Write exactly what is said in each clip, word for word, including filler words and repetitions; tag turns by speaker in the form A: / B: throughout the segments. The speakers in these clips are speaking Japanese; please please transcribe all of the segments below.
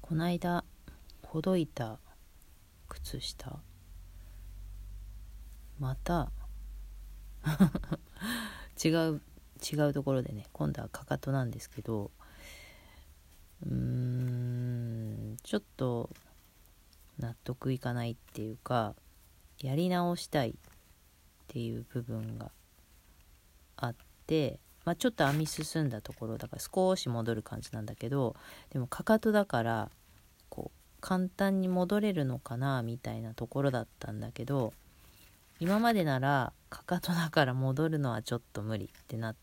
A: こないだほどいた靴下また違う違うところでね、今度はかかとなんですけど、うーんちょっと納得いかないっていうか、やり直したいっていう部分があって、まあ、ちょっと編み進んだところだから少し戻る感じなんだけど、でもかかとだからこう簡単に戻れるのかなみたいなところだったんだけど、今までならかかとだから戻るのはちょっと無理ってなって、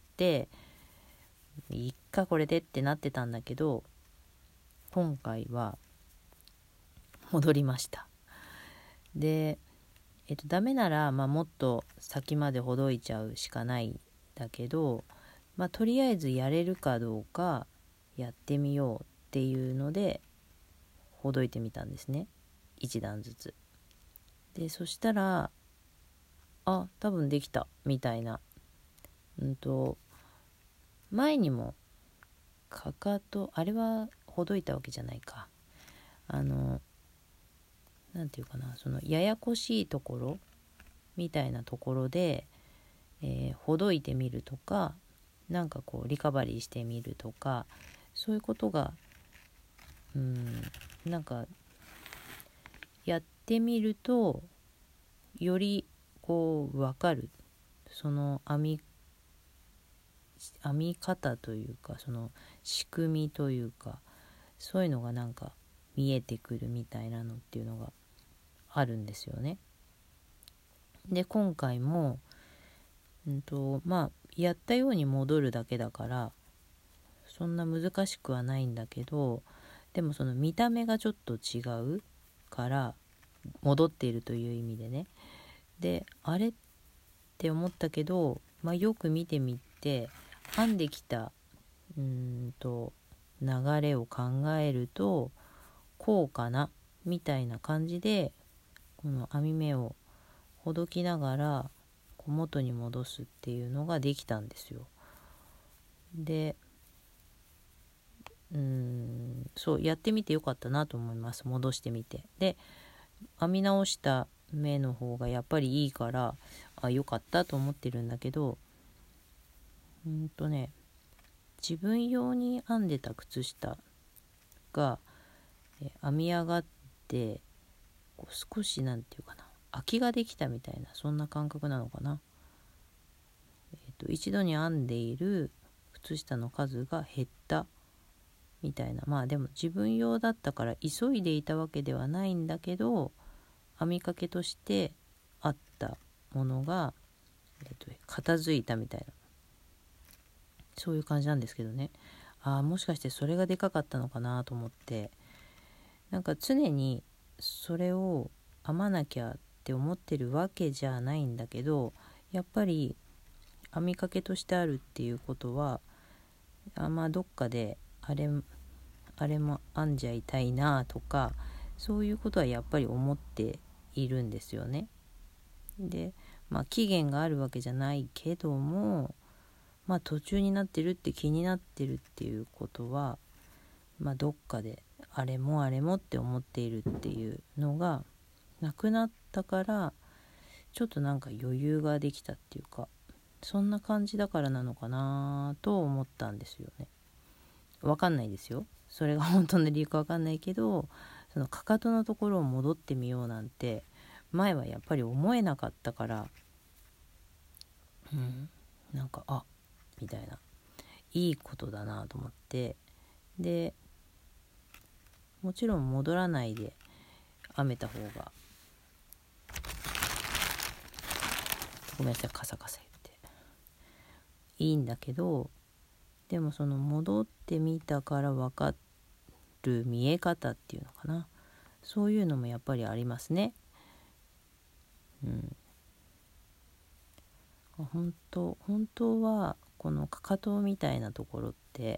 A: いっかこれでってなってたんだけど、今回は戻りました。で、えっとダメなら、まあ、もっと先までほどいちゃうしかないんだけど、まあ、とりあえずやれるかどうかやってみようっていうのでほどいてみたんですね、一段ずつ。でそしたらあ多分できたみたいな、うんと前にもかかとあれはほどいたわけじゃないか、あのなんていうかな、そのややこしいところみたいなところで、えー、ほどいてみるとか、なんかこうリカバリーしてみるとか、そういうことがうんなんかやってみるとよりこう分かる、その編み編み方というか、その仕組みというか、そういうのがなんか見えてくるみたいなのっていうのがあるんですよね。で今回も、うんとまあやったように戻るだけだからそんな難しくはないんだけど、でもその見た目がちょっと違うから、戻っているという意味でね。であれって思ったけど、まあ、よく見てみて編んできたうーんと流れを考えるとこうかなみたいな感じで、この編み目をほどきながらこう元に戻すっていうのができたんですよ。でうーんそうやってみてよかったなと思います。戻してみて、で編み直した目の方がやっぱりいいから、あよかったと思ってるんだけど、うんとね自分用に編んでた靴下がえ編み上がってこう少しなんていうかな、空きができたみたいな、そんな感覚なのかな。えーと、一度に編んでいる靴下の数が減ったみたいな。まあでも自分用だったから急いでいたわけではないんだけど、編みかけとしてあったものが、えーと、片付いたみたいな、そういう感じなんですけどね。ああもしかしてそれがでかかったのかなと思って、なんか常にそれを編まなきゃって思ってるわけじゃないんだけど、やっぱり編みかけとしてあるっていうことは、あまあどっかであれあれも編んじゃいたいなとか、そういうことはやっぱり思っているんですよね。でまあ期限があるわけじゃないけども、まあ途中になってるって気になってるっていうことは、まあどっかであれもあれもって思っているっていうのがなくなったから、ちょっとなんか余裕ができたっていうか、そんな感じだからなのかなと思ったんですよね。わかんないですよ、それが本当の理由かわかんないけど、そのかかとのところを戻ってみようなんて前はやっぱり思えなかったから、うんなんかあみたいな、いいことだなと思って、でもちろん戻らないで編めた方が、ごめんなさいカサカサ言っていいんだけど、でもその戻ってみたから分かる見え方っていうのかな、そういうのもやっぱりありますね。うん本当本当はこのかかとみたいなところって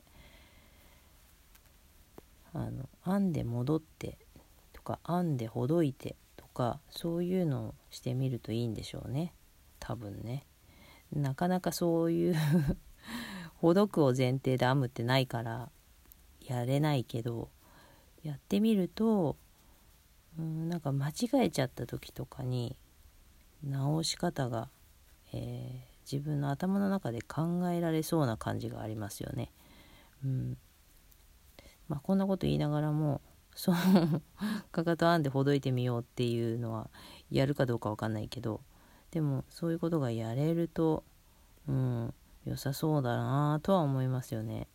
A: あの編んで戻ってとか編んでほどいてとか、そういうのをしてみるといいんでしょうね、多分ね。なかなかそういうほどくを前提で編むってないからやれないけど、 やってみると、うん、なんか間違えちゃった時とかに直し方が、えー自分の頭の中で考えられそうな感じがありますよね。うんまあ、こんなこと言いながらもそのかかと編んでほどいてみようっていうのはやるかどうかわかんないけど、でもそういうことがやれると、うん、良さそうだなとは思いますよね。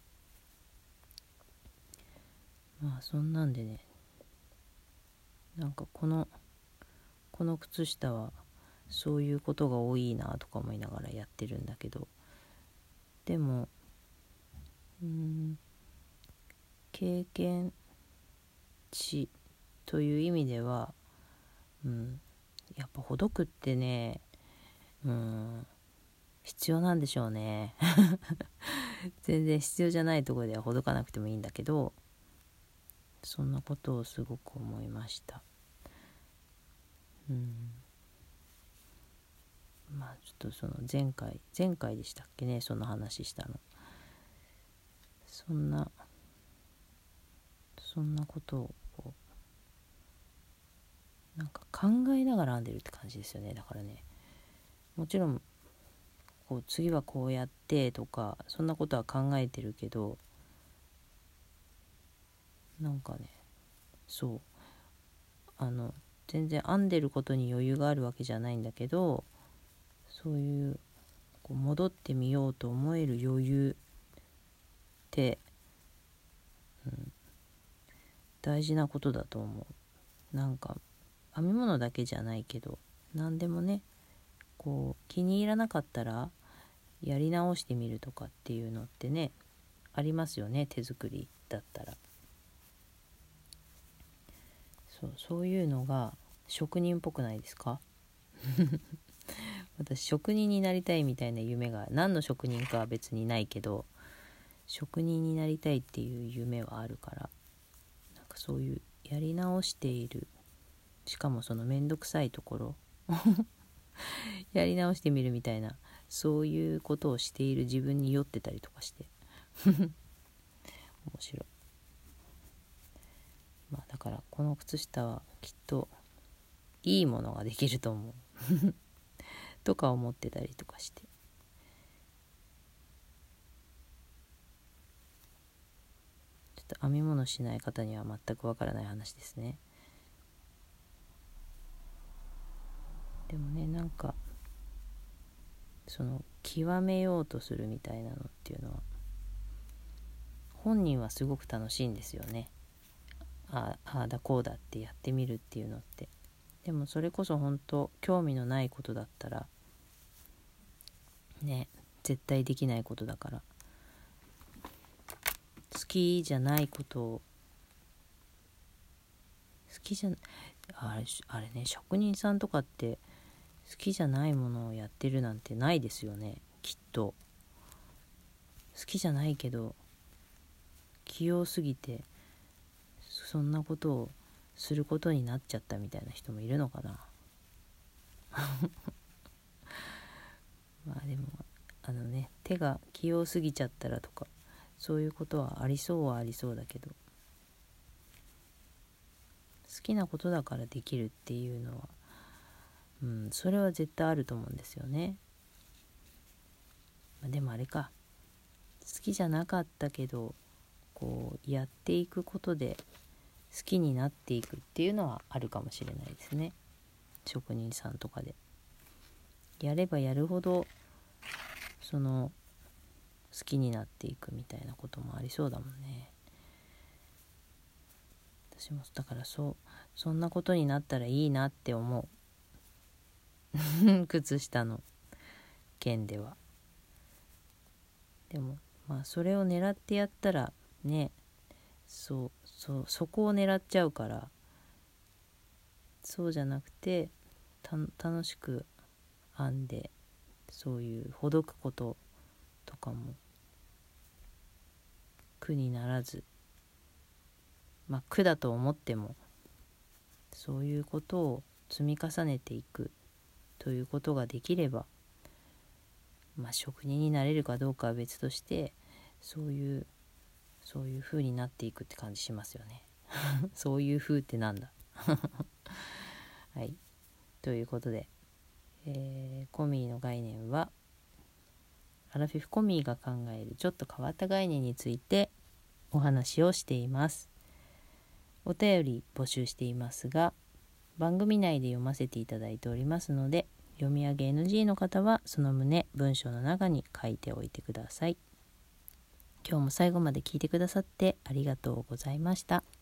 A: まあそんなんでね、なんかこのこの靴下はそういうことが多いなとか思いながらやってるんだけど、でもうーん経験値という意味では、うん、やっぱほどくってね、うん、必要なんでしょうね全然必要じゃないところではほどかなくてもいいんだけど、そんなことをすごく思いました。うんまあちょっとその前回前回でしたっけね、その話したの。そんなそんなことをこうなんか考えながら編んでるって感じですよね。だからね、もちろんこう次はこうやってとかそんなことは考えてるけど、なんかね、そうあの全然編んでることに余裕があるわけじゃないんだけど、そういうこう戻ってみようと思える余裕って、うん、大事なことだと思う。なんか編み物だけじゃないけど、何でもね、こう気に入らなかったらやり直してみるとかっていうのってね、ありますよね、手作りだったら。そう、そういうのが職人っぽくないですか私職人になりたいみたいな夢が、何の職人かは別にないけど、職人になりたいっていう夢はあるから、なんかそういうやり直している、しかもそのめんどくさいところやり直してみるみたいな、そういうことをしている自分に酔ってたりとかして面白い。まあだからこの靴下はきっといいものができると思うとか思ってたりとかして、ちょっと編み物しない方には全くわからない話ですね。でもね、なんかその極めようとするみたいなのっていうのは本人はすごく楽しいんですよね。ああだこうだってやってみるっていうのって。でもそれこそ本当興味のないことだったらね、絶対できないことだから、好きじゃないことを好きじゃあれあれね、職人さんとかって好きじゃないものをやってるなんてないですよね、きっと。好きじゃないけど器用すぎてそんなことをすることになっちゃったみたいな人もいるのかなまあでもあのね、手が器用すぎちゃったらとかそういうことはありそうはありそうだけど、好きなことだからできるっていうのは、うん、それは絶対あると思うんですよね。まあ、でもあれか、好きじゃなかったけどこうやっていくことで好きになっていくっていうのはあるかもしれないですね。職人さんとかでやればやるほどその好きになっていくみたいなこともありそうだもんね。私もだからそうそんなことになったらいいなって思う靴下の件では。でもまあそれを狙ってやったらね、そうそうそこを狙っちゃうから、そうじゃなくてた楽しく編んで、そういうほどくこととかも苦にならず、まあ苦だと思ってもそういうことを積み重ねていくということができれば、まあ職人になれるかどうかは別として、そういうそういう風になっていくって感じしますよねそういう風ってなんだはい、ということで、えー、コミーの概念はアラフィフコミーが考えるちょっと変わった概念についてお話をしています。お便り募集していますが、番組内で読ませていただいておりますので、読み上げ エヌジー の方はその旨文章の中に書いておいてください。今日も最後まで聞いてくださってありがとうございました。